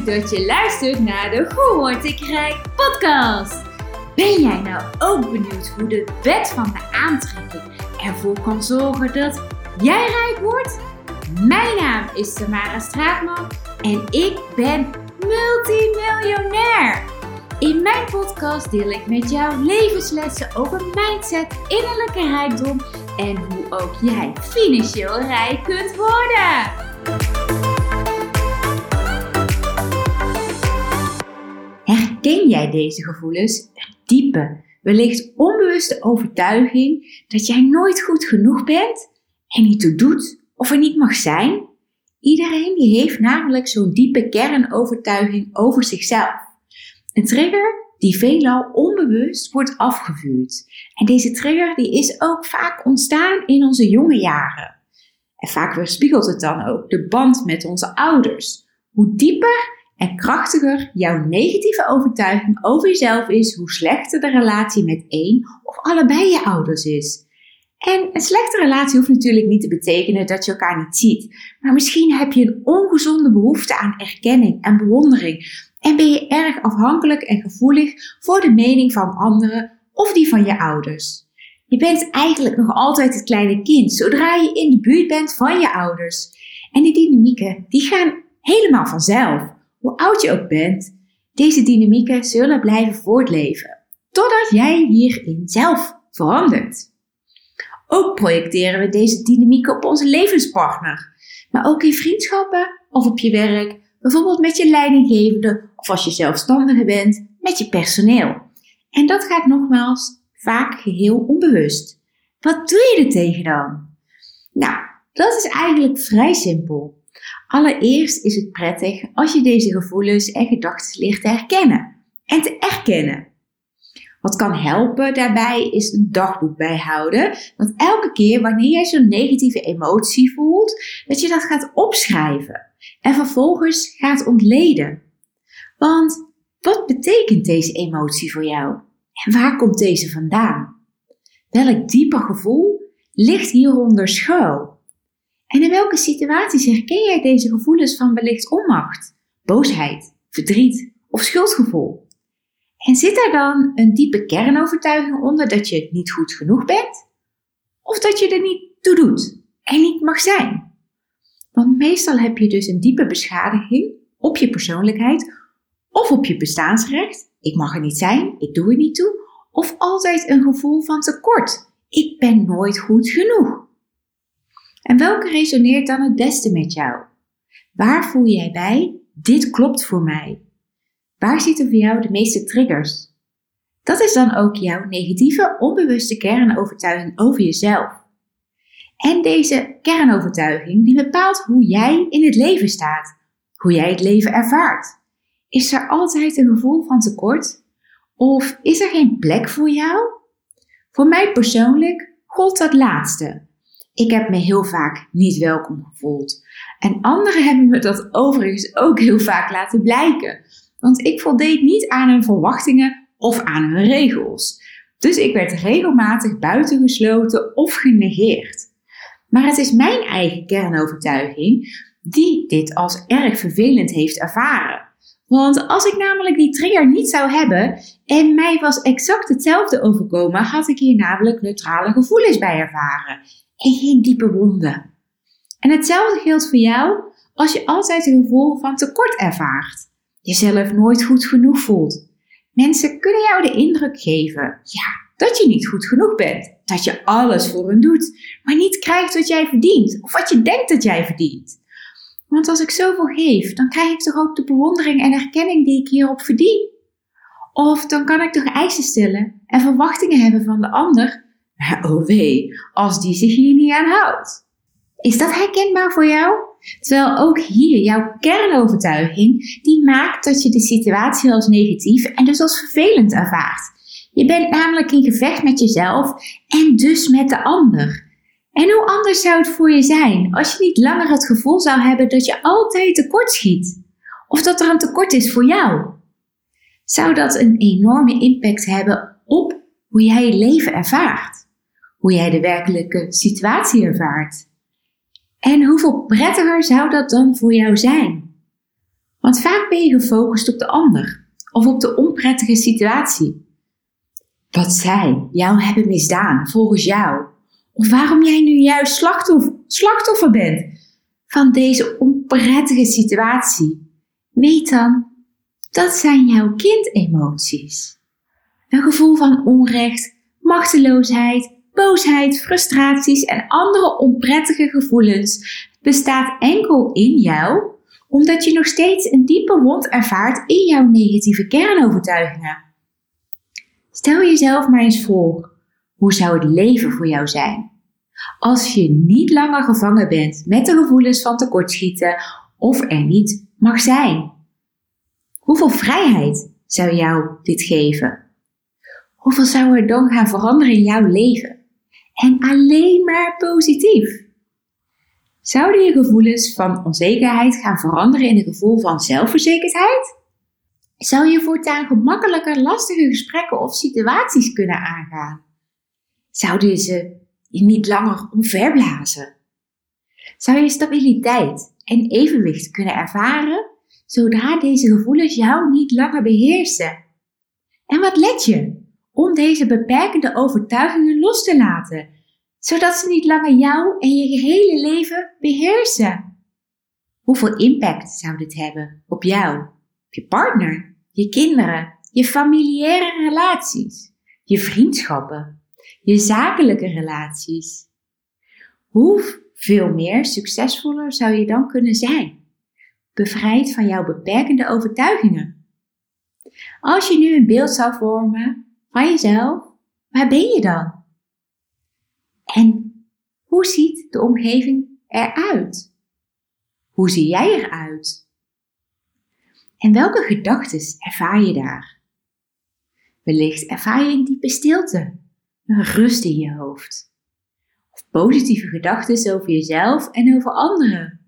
dat je luistert naar de Hoe Word ik Rijk podcast. Ben jij nou ook benieuwd hoe de wet van de aantrekking ervoor kan zorgen dat jij rijk wordt? Mijn naam is Tamara Straatman en ik ben multimiljonair. In mijn podcast deel ik met jou levenslessen over mindset, innerlijke rijkdom en hoe ook jij financieel rijk kunt worden. Herken jij deze gevoelens? Een diepe, wellicht onbewuste overtuiging dat jij nooit goed genoeg bent en niet toe doet of er niet mag zijn? Iedereen die heeft namelijk zo'n diepe kernovertuiging over zichzelf. Een trigger die veelal onbewust wordt afgevuurd. En deze trigger die is ook vaak ontstaan in onze jonge jaren. En vaak weerspiegelt het dan ook de band met onze ouders. Hoe dieper en krachtiger jouw negatieve overtuiging over jezelf is, hoe slechter de relatie met één of allebei je ouders is. En een slechte relatie hoeft natuurlijk niet te betekenen dat je elkaar niet ziet. Maar misschien heb je een ongezonde behoefte aan erkenning en bewondering. En ben je erg afhankelijk en gevoelig voor de mening van anderen of die van je ouders. Je bent eigenlijk nog altijd het kleine kind zodra je in de buurt bent van je ouders. En die dynamieken die gaan helemaal vanzelf. Hoe oud je ook bent, deze dynamieken zullen blijven voortleven. Totdat jij hierin zelf verandert. Ook projecteren we deze dynamieken op onze levenspartner. Maar ook in vriendschappen of op je werk. Bijvoorbeeld met je leidinggevende of als je zelfstandige bent met je personeel. En dat gaat nogmaals vaak geheel onbewust. Wat doe je er tegen dan? Nou, dat is eigenlijk vrij simpel. Allereerst is het prettig als je deze gevoelens en gedachten leert te herkennen en te erkennen. Wat kan helpen daarbij is een dagboek bijhouden. Want elke keer wanneer jij zo'n negatieve emotie voelt, dat je dat gaat opschrijven. En vervolgens gaat ontleden. Want wat betekent deze emotie voor jou? En waar komt deze vandaan? Welk dieper gevoel ligt hieronder schuil? En in welke situaties herken jij deze gevoelens van wellicht onmacht, boosheid, verdriet of schuldgevoel? En zit daar dan een diepe kernovertuiging onder dat je niet goed genoeg bent? Of dat je er niet toe doet en niet mag zijn? Want meestal heb je dus een diepe beschadiging op je persoonlijkheid of op je bestaansrecht. Ik mag er niet zijn, ik doe er niet toe. Of altijd een gevoel van tekort. Ik ben nooit goed genoeg. En welke resoneert dan het beste met jou? Waar voel jij bij? Dit klopt voor mij. Waar zitten voor jou de meeste triggers? Dat is dan ook jouw negatieve, onbewuste kernovertuiging over jezelf. En deze kernovertuiging die bepaalt hoe jij in het leven staat, hoe jij het leven ervaart. Is er altijd een gevoel van tekort? Of is er geen plek voor jou? Voor mij persoonlijk gold dat laatste. Ik heb me heel vaak niet welkom gevoeld. En anderen hebben me dat overigens ook heel vaak laten blijken. Want ik voldeed niet aan hun verwachtingen of aan hun regels. Dus ik werd regelmatig buitengesloten of genegeerd. Maar het is mijn eigen kernovertuiging die dit als erg vervelend heeft ervaren. Want als ik namelijk die trigger niet zou hebben en mij was exact hetzelfde overkomen, had ik hier namelijk neutrale gevoelens bij ervaren en geen diepe wonden. En hetzelfde geldt voor jou als je altijd een gevoel van tekort ervaart, jezelf nooit goed genoeg voelt. Mensen kunnen jou de indruk geven, dat je niet goed genoeg bent, dat je alles voor hen doet, maar niet krijgt wat jij verdient of wat je denkt dat jij verdient. Want als ik zoveel geef, dan krijg ik toch ook de bewondering en erkenning die ik hierop verdien? Of dan kan ik toch eisen stellen en verwachtingen hebben van de ander? Maar oh wee, als die zich hier niet aan houdt. Is dat herkenbaar voor jou? Terwijl ook hier jouw kernovertuiging, die maakt dat je de situatie als negatief en dus als vervelend ervaart. Je bent namelijk in gevecht met jezelf en dus met de ander. En hoe anders zou het voor je zijn als je niet langer het gevoel zou hebben dat je altijd tekort schiet? Of dat er een tekort is voor jou? Zou dat een enorme impact hebben op hoe jij je leven ervaart? Hoe jij de werkelijke situatie ervaart? En hoeveel prettiger zou dat dan voor jou zijn? Want vaak ben je gefocust op de ander of op de onprettige situatie. Wat zij jou hebben misdaan volgens jou. Of waarom jij nu juist slachtoffer bent van deze onprettige situatie. Weet dan, dat zijn jouw kindemoties. Een gevoel van onrecht, machteloosheid, boosheid, frustraties en andere onprettige gevoelens bestaat enkel in jou, omdat je nog steeds een diepe wond ervaart in jouw negatieve kernovertuigingen. Stel jezelf maar eens voor, hoe zou het leven voor jou zijn als je niet langer gevangen bent met de gevoelens van tekortschieten of er niet mag zijn? Hoeveel vrijheid zou jou dit geven? Hoeveel zou er dan gaan veranderen in jouw leven? En alleen maar positief. Zouden je gevoelens van onzekerheid gaan veranderen in een gevoel van zelfverzekerdheid? Zou je voortaan gemakkelijker lastige gesprekken of situaties kunnen aangaan? Zouden ze je niet langer omverblazen? Zou je stabiliteit en evenwicht kunnen ervaren zodra deze gevoelens jou niet langer beheersen? En wat let je om deze beperkende overtuigingen los te laten, zodat ze niet langer jou en je gehele leven beheersen? Hoeveel impact zou dit hebben op jou, op je partner, je kinderen, je familiaire relaties, je vriendschappen, je zakelijke relaties? Hoeveel meer succesvoller zou je dan kunnen zijn, bevrijd van jouw beperkende overtuigingen? Als je nu een beeld zou vormen van jezelf, waar ben je dan? En hoe ziet de omgeving eruit? Hoe zie jij eruit? En welke gedachten ervaar je daar? Wellicht ervaar je een diepe stilte, een rust in je hoofd. Of positieve gedachten over jezelf en over anderen.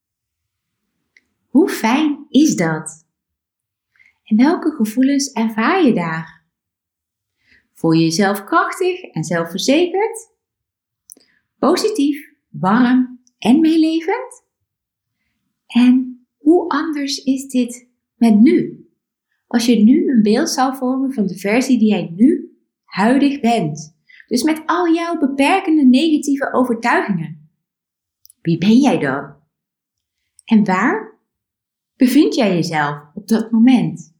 Hoe fijn is dat? En welke gevoelens ervaar je daar? Voel je jezelf krachtig en zelfverzekerd? Positief, warm en meelevend? En hoe anders is dit met nu? Als je nu een beeld zou vormen van de versie die jij nu huidig bent. Dus met al jouw beperkende negatieve overtuigingen. Wie ben jij dan? En waar bevind jij jezelf op dat moment?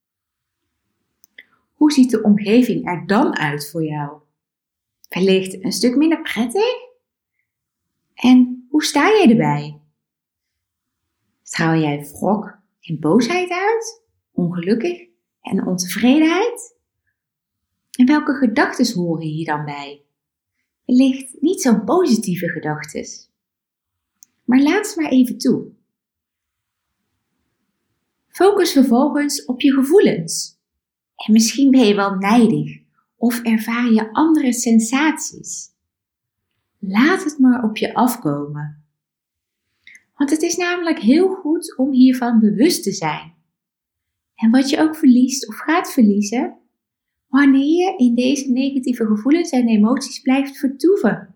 Hoe ziet de omgeving er dan uit voor jou? Wellicht een stuk minder prettig? En hoe sta jij erbij? Straal jij wrok en boosheid uit? Ongelukkig en ontevredenheid? En welke gedachten horen hier dan bij? Wellicht niet zo'n positieve gedachten. Maar laat ze maar even toe. Focus vervolgens op je gevoelens. En misschien ben je wel nijdig of ervaar je andere sensaties. Laat het maar op je afkomen. Want het is namelijk heel goed om hiervan bewust te zijn. En wat je ook verliest of gaat verliezen, wanneer je in deze negatieve gevoelens en emoties blijft vertoeven.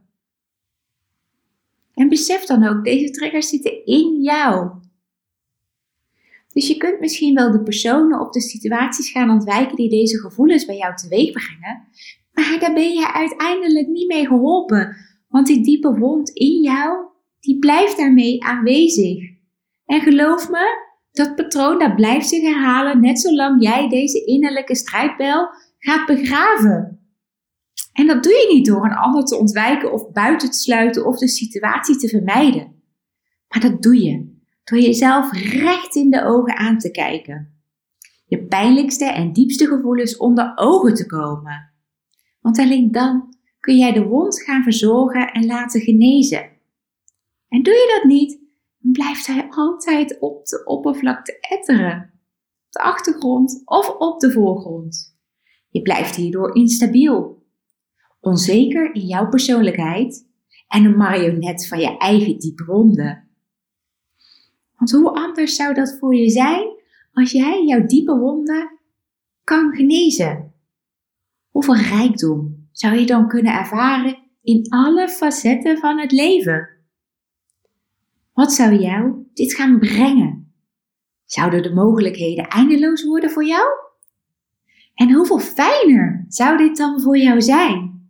En besef dan ook, deze triggers zitten in jou. Dus je kunt misschien wel de personen of de situaties gaan ontwijken die deze gevoelens bij jou teweeg brengen, maar daar ben je uiteindelijk niet mee geholpen, want die diepe wond in jou, die blijft daarmee aanwezig. En geloof me, dat patroon dat blijft zich herhalen net zolang jij deze innerlijke strijdbel gaat begraven. En dat doe je niet door een ander te ontwijken of buiten te sluiten of de situatie te vermijden. Maar dat doe je door jezelf recht in de ogen aan te kijken. Je pijnlijkste en diepste gevoelens onder ogen te komen. Want alleen dan kun jij de wond gaan verzorgen en laten genezen. En doe je dat niet, dan blijft hij altijd op de oppervlakte etteren. Op de achtergrond of op de voorgrond. Je blijft hierdoor instabiel. Onzeker in jouw persoonlijkheid en een marionet van je eigen diepe wonden. Want hoe anders zou dat voor je zijn als jij jouw diepe wonden kan genezen? Hoeveel rijkdom zou je dan kunnen ervaren in alle facetten van het leven? Wat zou jou dit gaan brengen? Zouden de mogelijkheden eindeloos worden voor jou? En hoeveel fijner zou dit dan voor jou zijn?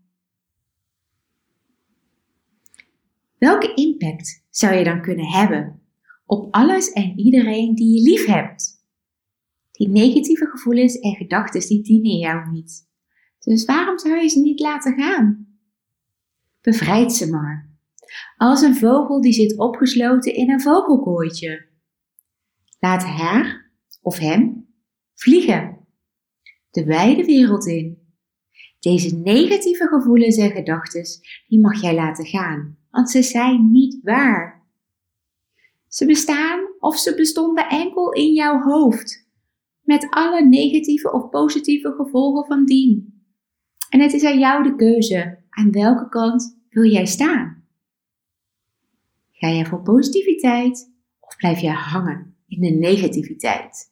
Welke impact zou je dan kunnen hebben op alles en iedereen die je lief hebt? Die negatieve gevoelens en gedachten die dienen jou niet. Dus waarom zou je ze niet laten gaan? Bevrijd ze maar. Als een vogel die zit opgesloten in een vogelkooitje. Laat haar of hem vliegen. De wijde wereld in. Deze negatieve gevoelens en gedachten, die mag jij laten gaan. Want ze zijn niet waar. Ze bestaan of ze bestonden enkel in jouw hoofd. Met alle negatieve of positieve gevolgen van dien. En het is aan jou de keuze. Aan welke kant wil jij staan? Ga jij voor positiviteit of blijf jij hangen in de negativiteit?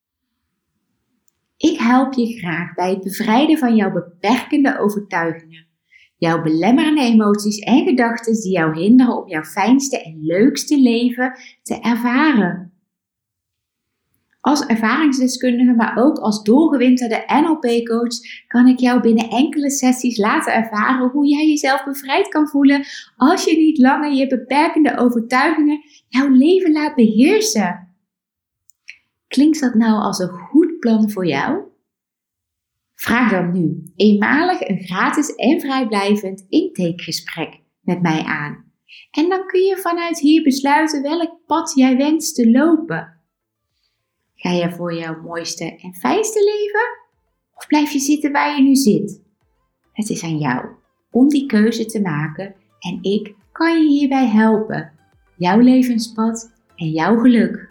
Ik help je graag bij het bevrijden van jouw beperkende overtuigingen. Jouw belemmerende emoties en gedachten die jou hinderen om jouw fijnste en leukste leven te ervaren. Als ervaringsdeskundige, maar ook als doorgewinterde NLP-coach kan ik jou binnen enkele sessies laten ervaren hoe jij jezelf bevrijd kan voelen als je niet langer je beperkende overtuigingen jouw leven laat beheersen. Klinkt dat nou als een goed plan voor jou? Vraag dan nu eenmalig een gratis en vrijblijvend intakegesprek met mij aan. En dan kun je vanuit hier besluiten welk pad jij wenst te lopen. Ga je voor jouw mooiste en fijnste leven? Of blijf je zitten waar je nu zit? Het is aan jou om die keuze te maken en ik kan je hierbij helpen. Jouw levenspad en jouw geluk.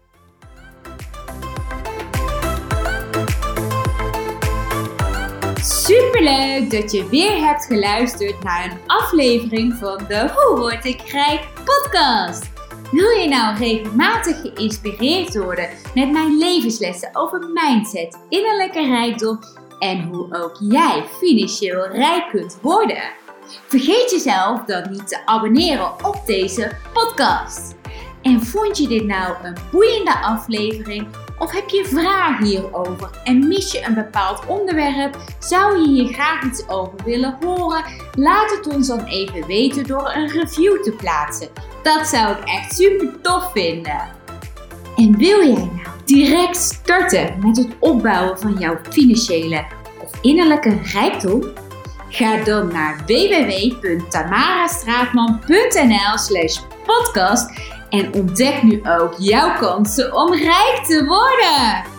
Superleuk dat je weer hebt geluisterd naar een aflevering van de Hoe Word ik Rijk podcast. Wil je nou regelmatig geïnspireerd worden met mijn levenslessen over mindset, innerlijke rijkdom en hoe ook jij financieel rijk kunt worden? Vergeet jezelf dan niet te abonneren op deze podcast. En vond je dit nou een boeiende aflevering? Of heb je vragen hierover en mis je een bepaald onderwerp? Zou je hier graag iets over willen horen? Laat het ons dan even weten door een review te plaatsen. Dat zou ik echt super tof vinden. En wil jij nou direct starten met het opbouwen van jouw financiële of innerlijke rijkdom? Ga dan naar www.tamarastraatman.nl/podcast en ontdek nu ook jouw kansen om rijk te worden.